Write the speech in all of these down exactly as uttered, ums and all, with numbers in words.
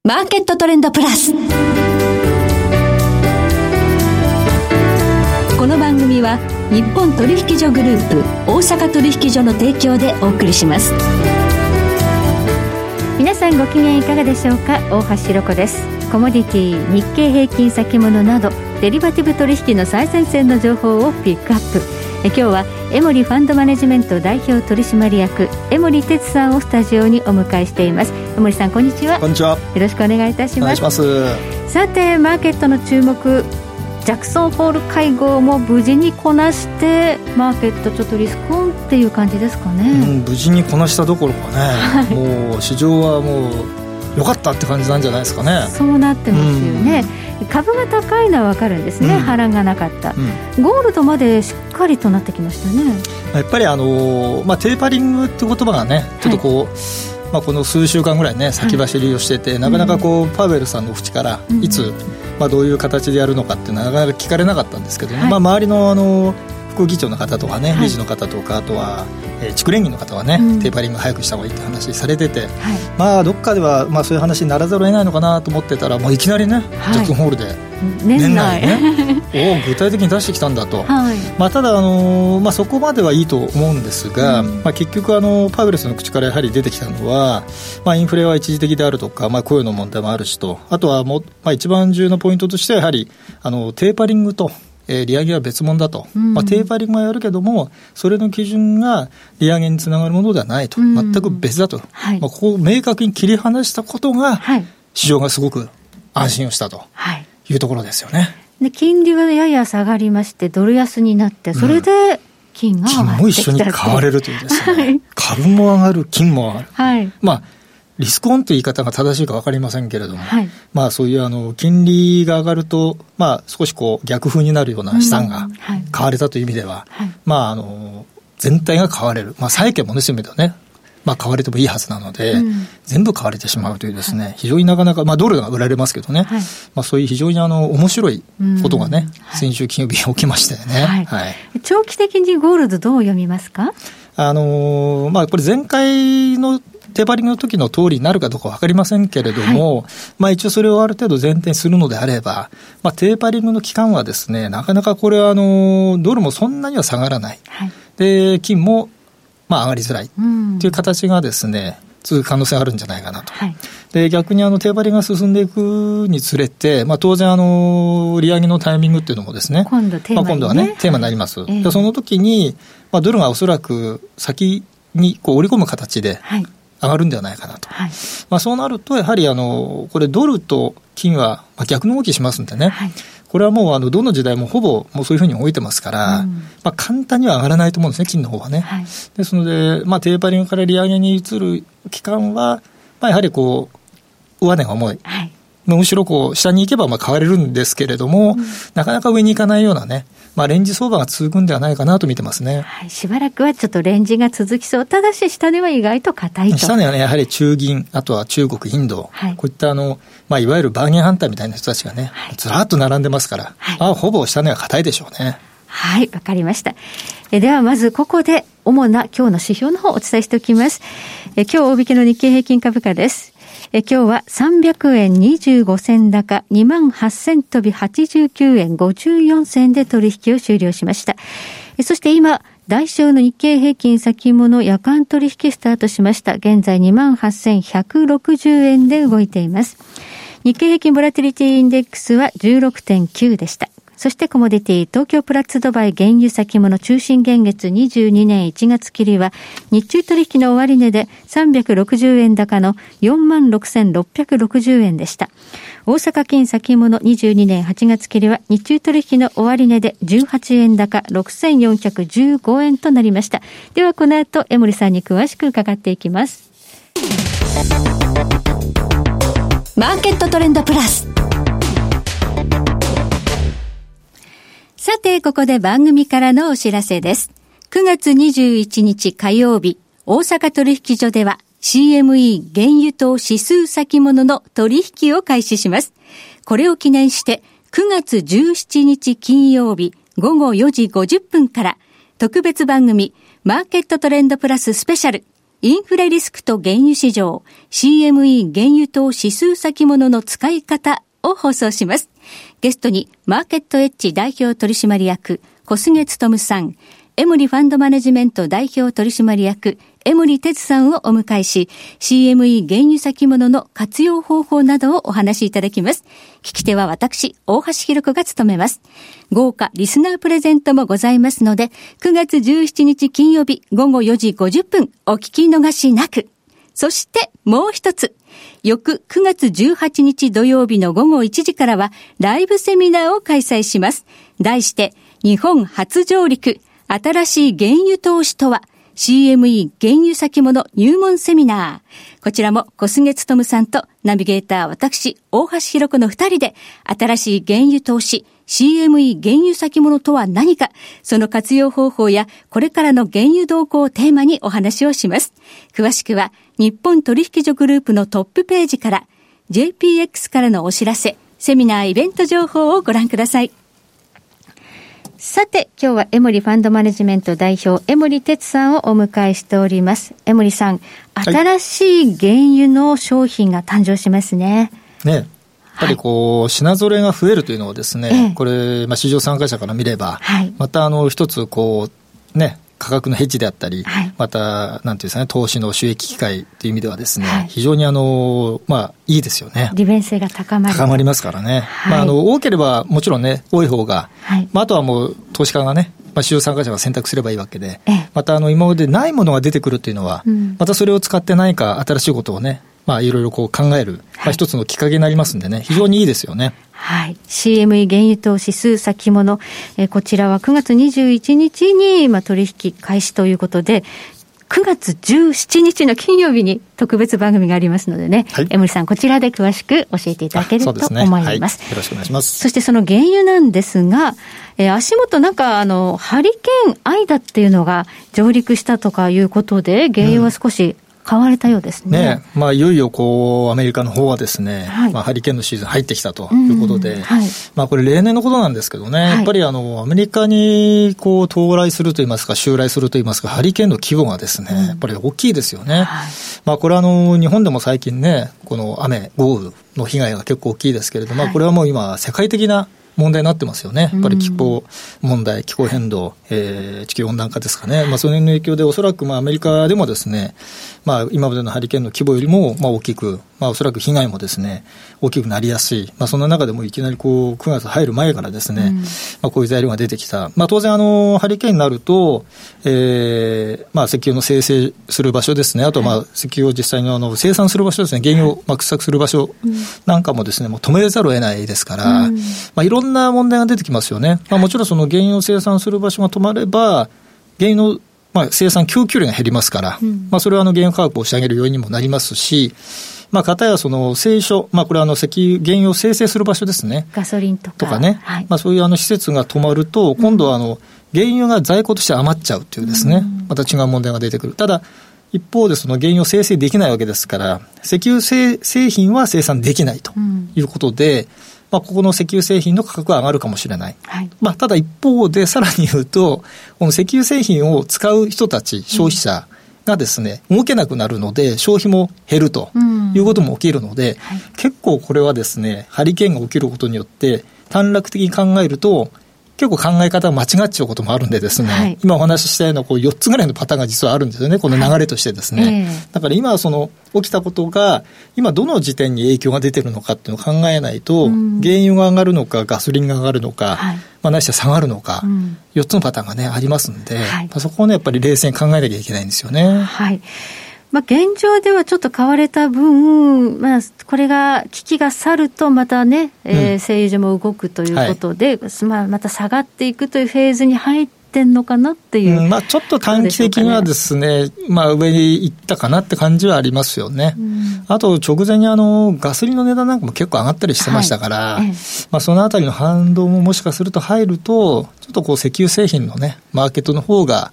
マーケットトレンドプラス。この番組は日本取引所グループ大阪取引所の提供でお送りします。 皆さんご機嫌いかがでしょうか。大橋ロコです。コモディティ、日経平均先物などデリバティブ取引の最前線の情報をピックアップ。え今日は江森ファンドマネジメント代表取締役江森哲さんをスタジオにお迎えしています。江森さん、こんにちは。 こんにちは。よろしくお願いいたします。 お願いします。 さて、マーケットの注目、ジャクソンホール会合も無事にこなしてマーケットちょっとリスクオンっていう感じですかね。 うん、無事にこなしたどころかね、はい、もう市場はもう良かったって感じなんじゃないですかね。 そうなってますよね、うん、株が高いのは分かるんですね、うん、波乱がなかった、うん、ゴールドまでしっかりとなってきましたね。 やっぱりあの、まあ、テーパリングって言葉がねちょっとこう、はい、まあ、この数週間ぐらいね先走りをしてて、はい、なかなかこう、うん、パウエルさんの口からいつ、うん、まあ、どういう形でやるのかっていうのはなかなか聞かれなかったんですけどね、はい、まあ、周りのあの副議長の方とかね、理事の方とか、あとは、えー、地区連議の方はね、うん、テーパリング早くした方がいいって話されてて、はい、まあどっかでは、まあ、そういう話にならざるを得ないのかなと思ってたら、もういきなりね、はい、ジャクソンホールで年内ねを具体的に出してきたんだと、はい、まあ、ただ、あのーまあ、そこまではいいと思うんですが、うん、まあ、結局あのパウエルさんの口からやはり出てきたのは、まあ、インフレは一時的であるとか、まあ、雇用の問題もあるしと、あとはもう、まあ、一番重要なポイントとしてはやはりあのテーパリングとえー、利上げは別物だと、うん、まあ、テーパリングはやるけどもそれの基準が利上げにつながるものではないと、うん、全く別だと、はい、まあ、ここを明確に切り離したことが、はい、市場がすごく安心をしたというところですよね、 はい、で金利はやや下がりましてドル安になって、それで金が上がってきた、うん、金も一緒に買われるというですね、はい、株も上がる金も上がる、はい、まあリスクオンという言い方が正しいか分かりませんけれども、はい、まあ、そういうあの金利が上がると、まあ、少しこう逆風になるような資産が買われたという意味では、うん、はい、まあ、あの全体が買われる、まあ、債券もね、そういう意味ではね、まあ、買われてもいいはずなので、うん、全部買われてしまうというですね、はい、非常になかなか、まあ、ドルが売られますけどね、はい、まあ、そういう非常にあの面白いことがね、うん、先週金曜日に起きましたよね、はいはい、 長期的にゴールドどう読みますか。 あのーまあ、これ前回のテーパリングの時の通りになるかどうか分かりませんけれども、はい、まあ、一応それをある程度前提にするのであれば、まあ、テーパリングの期間はですね、なかなかこれはあのドルもそんなには下がらない、はい、で金もまあ上がりづらいという形がですね、続く可能性があるんじゃないかなと、はい、で逆にあのテーパリングが進んでいくにつれて、まあ、当然あの利上げのタイミングっていうのもですね、 今度テーマにね、まあ、今度はねテーマになります、はい、でその時に、まあ、ドルがおそらく先にこう織り込む形で、はい、上がるんではないかなと、はい、まあ、そうなるとやはりあのこれドルと金は逆の動きしますんでね、はい、これはもうあのどの時代もほぼもうそういうふうに動いてますから、うん、まあ、簡単には上がらないと思うんですね、金の方はね、はい、ですので、まあ、テーパリングから利上げに移る期間は、まあ、やはりこう上値が重い、はい、むしろこう下に行けばまあ買われるんですけれども、うん、なかなか上に行かないようなね、まあ、レンジ相場が続くんではないかなと見てますね、 はい、しばらくはちょっとレンジが続きそう。ただし下値は意外と硬いと。 下値はね、やはり中銀、あとは中国、インド、はい、こういったあの、まあ、いわゆるバーゲンハンターみたいな人たちがね、はい、ずらっと並んでますから、はい、まあ、ほぼ下値は硬いでしょうね。 はい、わかりました。えではまずここで主な今日の指標の方をお伝えしておきます。え今日大引けの日経平均株価です。え今日はさんびゃくえんにじゅうごせん高 にまんはっせん飛びはちじゅうきゅうえんごじゅうよん銭で取引を終了しました。えそして今代償の日経平均先物夜間取引スタートしました。現在 にまんはっせんひゃくろくじゅうえんで動いています。日経平均ボラティリティインデックスは じゅうろくてんきゅう でした。そしてコモディティ東京プラッツドバイ原油先物中心現月にじゅうにねんいちがつ切りは日中取引の終値でさんびゃくろくじゅうえん高の よんまんろくせんろっぴゃくろくじゅうえんでした。大阪金先物にじゅうにねんはちがつ切りは日中取引の終値でじゅうはちえん高ろくせんよんひゃくじゅうごえんとなりました。ではこの後江森さんに詳しく伺っていきます。 マーケットトレンドプラス。 さて、ここで番組からのお知らせです。くがつにじゅういちにち火曜日、大阪取引所では シーエムイー 原油等指数先物の取引を開始します。これを記念してくがつじゅうしちにち金曜日ごごよじごじゅっぷんから特別番組マーケットトレンドプラススペシャルインフレリスクと原油市場 シーエムイー 原油等指数先物の使い方を放送します。ゲストにマーケットエッジ代表取締役小菅勉さん、エモリファンドマネジメント代表取締役江森哲さんをお迎えし、 シーエムイー 原油先物の活用方法などをお話しいただきます。聞き手は私大橋ひろ子が務めます。豪華リスナープレゼントもございますので、くがつじゅうしちにち金曜日ごごよじごじゅっぷんお聞き逃しなく。そしてもう一つ、翌くがつじゅうはちにち土曜日のごごいちじからはライブセミナーを開催します。題して日本初上陸新しい原油投資とは、 シーエムイー 原油先物入門セミナー。こちらも小菅勉さんとナビゲーター私大橋ひろ子の二人で、新しい原油投資 シーエムイー 原油先物とは何か、その活用方法やこれからの原油動向をテーマにお話をします。詳しくは日本取引所グループのトップページから、 ジェイピーエックス からのお知らせ、セミナーイベント情報をご覧ください。さて、今日はエモリファンドマネジメント代表江森哲さんをお迎えしております。江森さん、新しい原油の商品が誕生しますね。 ね、やっぱりこう、品揃えが増えるというのはですね、ええ、これ、まあ、市場参加者から見れば、はい、またあの一つこうね、価格のヘッジであったり、はい、またなんていうんですかね、投資の収益機会という意味ではですね、はい、非常にあのまあいいですよね。 利便性が高まる高まりますからね。はい、まああの多ければもちろんね、多い方が、はい、まああとはもう投資家がね、まあ、市場参加者が選択すればいいわけで、ええ、またあの今までないものが出てくるというのは、うん、またそれを使って何か新しいことをね、まあいろいろこう考える、まあ、一つのきっかけになりますんでね、非常にいいですよね。 はい。シーエムイー 原油等指数先物、えー、こちらはくがつにじゅういちにちに、まあ、取引開始ということで、くがつじゅうしちにちの金曜日に特別番組がありますのでね、はい、江森さん、こちらで詳しく教えていただけると思います。 ね、はい、よろしくお願いします。 そしてその原油なんですが、えー、足元なんかあのハリケーンアイダっていうのが上陸したとかいうことで、原油は少し、うん買われたようですね。 ね、まあいよいよこうアメリカの方はですね、はい、まあハリケーンのシーズン入ってきたということで、うんはい、まあこれ例年のことなんですけどね、はい、やっぱりあのアメリカにこう到来するといいますか襲来するといいますか、ハリケーンの規模がですね、うん、やっぱり大きいですよね。はい、まあこれあの日本でも最近ね、この雨豪雨の被害が結構大きいですけれども、はい、まあこれはもう今世界的な問題になってますよね。やっぱり気候問題、気候変動、えー、地球温暖化ですかね。まあ、その辺の影響でおそらくまあアメリカでもですね、まあ、今までのハリケーンの規模よりもまあ大きく、まあ、おそらく被害もですね大きくなりやすい、まあ、そんな中でもいきなりこうくがつ入る前からですね、うんまあ、こういう材料が出てきた。まあ、当然あのハリケーンになると、えーまあ、石油の生成する場所ですね、あとまあ石油を実際にあの生産する場所ですね、原油をまあ掘削する場所なんかもですね、もう止めざるを得ないですから、うんまあ、いろんな問題が出てきますよね。まあ、もちろんその原油を生産する場所が止まれば原油のまあ生産供給量が減りますから、うんまあ、それはあの原油価格を押し上げる要因にもなりますし、まあ、かたやその製所、まあ、これはあの石油原油を生成する場所ですね、 ガソリンとか、 とかね、はいまあ、そういうあの施設が止まると今度はあの原油が在庫として余っちゃうというですね、うん、また違う問題が出てくる。ただ一方でその原油を生成できないわけですから、石油製品は生産できないということで、うんまあ、ここの石油製品の価格は上がるかもしれない、はいまあ、ただ一方でさらに言うと、この石油製品を使う人たち消費者がですね、うん、動けなくなるので消費も減るということも起きるので、うんはい、結構これはですねハリケーンが起きることによって短絡的に考えると結構考え方が間違っちゃうこともあるんでですね、はい、今お話ししたようなこうよっつぐらいのパターンが実はあるんですよね、この流れとしてですね、はいえー、だから今その起きたことが今どの時点に影響が出てるのかっていうのを考えないと、うん、原油が上がるのかガソリンが上がるのか、はいまあ、ないしは下がるのか、うん、よっつのパターンがねありますんで、はい、そこをねやっぱり冷静に考えなきゃいけないんですよね。 はいまあ、現状ではちょっと買われた分、まあ、これが危機が去るとまたね、えー、製油所も動くということで、はいまあ、また下がっていくというフェーズに入ってんのかなっていう、 うんまあ、ちょっと短期的にはですね、まあ、上に行ったかなって感じはありますよね、うん、あと直前にあのガソリンの値段なんかも結構上がったりしてましたから、はいええまあ、そのあたりの反動ももしかすると入るとちょっとこう石油製品のねマーケットの方が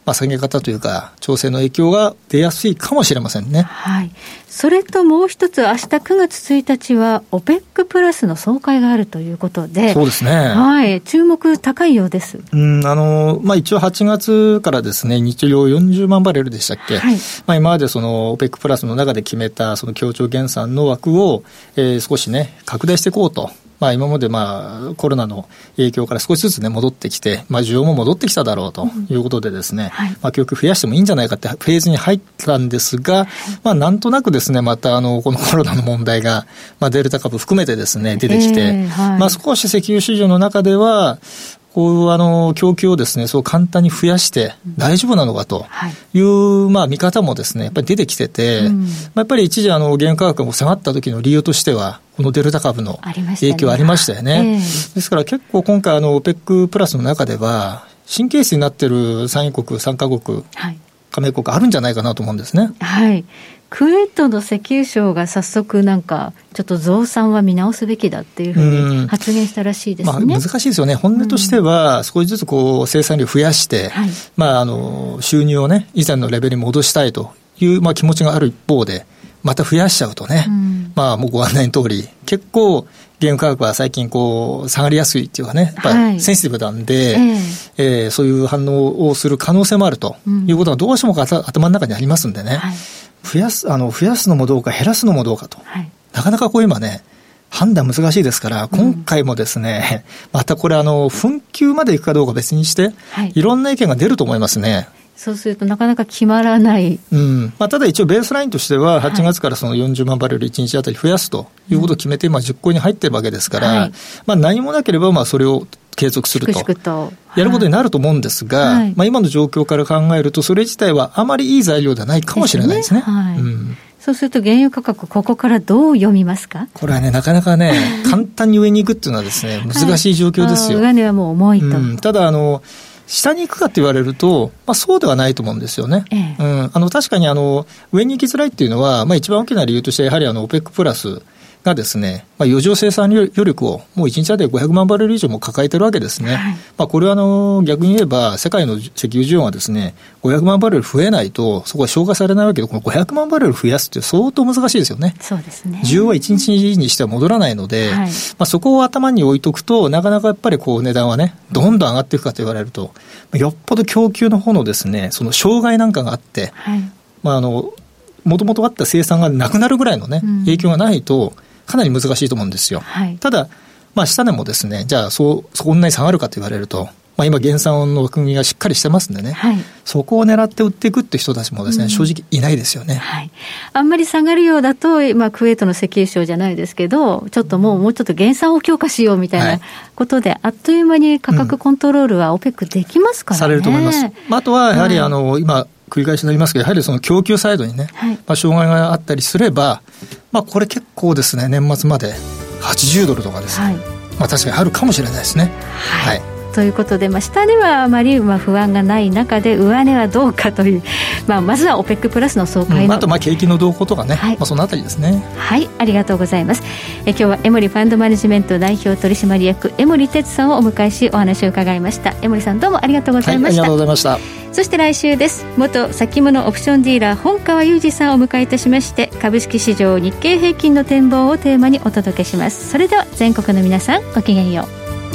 まあ、下げ方というか調整の影響が出やすいかもしれませんね。 はい、それともう一つ、明日くがつついたちは オペック プラスの総会があるということで、 そうですね、 はい、注目高いようです。 うんあのまあ、一応はちがつからですね、日量よんじゅうまんバレルでしたっけ、はい、まあ、今までその オペック プラスの中で決めたその協調減産の枠を、えー、少しね拡大していこうと。まあ、今までまあコロナの影響から少しずつね戻ってきて、まあ、需要も戻ってきただろうということでですね、うんはい、まあ、供給増やしてもいいんじゃないかってフェーズに入ったんですが、まあ、なんとなくですねまたあのこのコロナの問題が、まあ、デルタ株含めてですね出てきて、えーはい、まあ、少し石油市場の中ではこういうあの供給をですねそう簡単に増やして大丈夫なのかという、うん、まあ、見方もですねやっぱり出てきてて、うん、まあ、やっぱり一時あの原油価格が下がった時の理由としてはこのデルタ株の影響ありましたよね。えー、ですから結構今回あの オペック プラスの中では神経質になっている産油国さんカ国、はい、加盟国あるんじゃないかなと思うんですね。 はい、クウェートの石油省が早速なんかちょっと増産は見直すべきだっていうふうに発言したらしいですね。 まあ、難しいですよね。本音としては少しずつこう生産量増やして、はい、まあ、あの収入をね以前のレベルに戻したいという、まあ、気持ちがある一方でまた増やしちゃうとね、うん、まあ、もうご案内の通り結構原油価格は最近こう下がりやすいっていうかねやっぱりセンシティブなんで、はい、えーえー、そういう反応をする可能性もあるということがどうしても頭の中にありますんでね、はい、増やす、あの増やすのもどうか減らすのもどうかと、はい、なかなかこう今ね判断難しいですから、今回もですね、うん、またこれあの紛糾までいくかどうか別にして、はい、いろんな意見が出ると思いますね。 そうするとなかなか決まらない、 うん、まあ、ただ一応ベースラインとしてははちがつからそのよんじゅうまんバレルいちにちあたり増やすということを決めて今実行に入っているわけですから、はい、まあ、何もなければまあそれを継続するとやることになると思うんですが、はい、まあ、今の状況から考えるとそれ自体はあまりいい材料ではないかもしれないですね。ですね、はい、うん、 そうすると原油価格ここからどう読みますか。 これはねなかなかね簡単に上に行くっていうのはですね難しい状況ですよ。 はい、上値はもう重いと、うん、 ただあの下に行くかって言われると、まあ、そうではないと思うんですよね。ええ、うん、あの確かにあの上に行きづらいっていうのは、まあ、一番大きな理由としてやはりあの オペック プラスがですね、まあ、余剰生産余力をもういちにちあたりごひゃくまんバレル以上も抱えているわけですね。はい、まあ、これはあの逆に言えば世界の石油需要がですねごひゃくまんバレル増えないとそこは消化されないわけで、このごひゃくまんバレル増やすって相当難しいですよね。 そうですね。 需要はいちにちにしては戻らないので、はい、まあ、そこを頭に置いとくとなかなかやっぱりこう値段はねどんどん上がっていくかと言われると、よっぽど供給の方のですねその障害なんかがあって、はい、まあ、あのもともとあった生産がなくなるぐらいのね、うん、影響がないとかなり難しいと思うんですよ。はい、ただ、まあ、下でもですねじゃあそうそんなに下がるかと言われると、まあ、今減産の枠組みがしっかりしてますんでね、はい、そこを狙って売っていくって人たちもですね、うん、正直いないですよね。 はい、あんまり下がるようだと、まあ、クウェートの石油省じゃないですけどちょっともうもうちょっと減産を強化しようみたいなことで、はい、あっという間に価格コントロールは オペック できますからね、うん、されると思います。 まあ、あとはやはり、はい、あの今繰り返しになりますけどやはりその供給サイドにね、はい、まあ、障害があったりすれば、まあ、これ結構ですね年末まではちじゅうドルとかですね、はい、まあ、確かにあるかもしれないですね。はい、はい、ということで、まあ、下ではあまりまあ不安がない中で上値はどうかという、まあ、まずは オペック プラスの総会の、 うん、あとまあ景気の動向とかね、はい、まあ、そのあたりですね。 はい、ありがとうございます。え今日は江守ファンドマネジメント代表取締役江守哲さんをお迎えしお話を伺いました。江守さんどうもありがとうございました。 はい、ありがとうございました。 そして来週です。元先物オプションディーラー本川雄二さんをお迎えいたしまして株式市場日経平均の展望をテーマにお届けします。それでは全国の皆さんごきげんよう。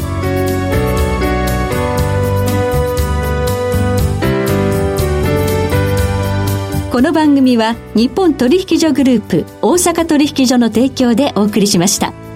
この番組は日本取引所グループ大阪取引所の提供でお送りしました。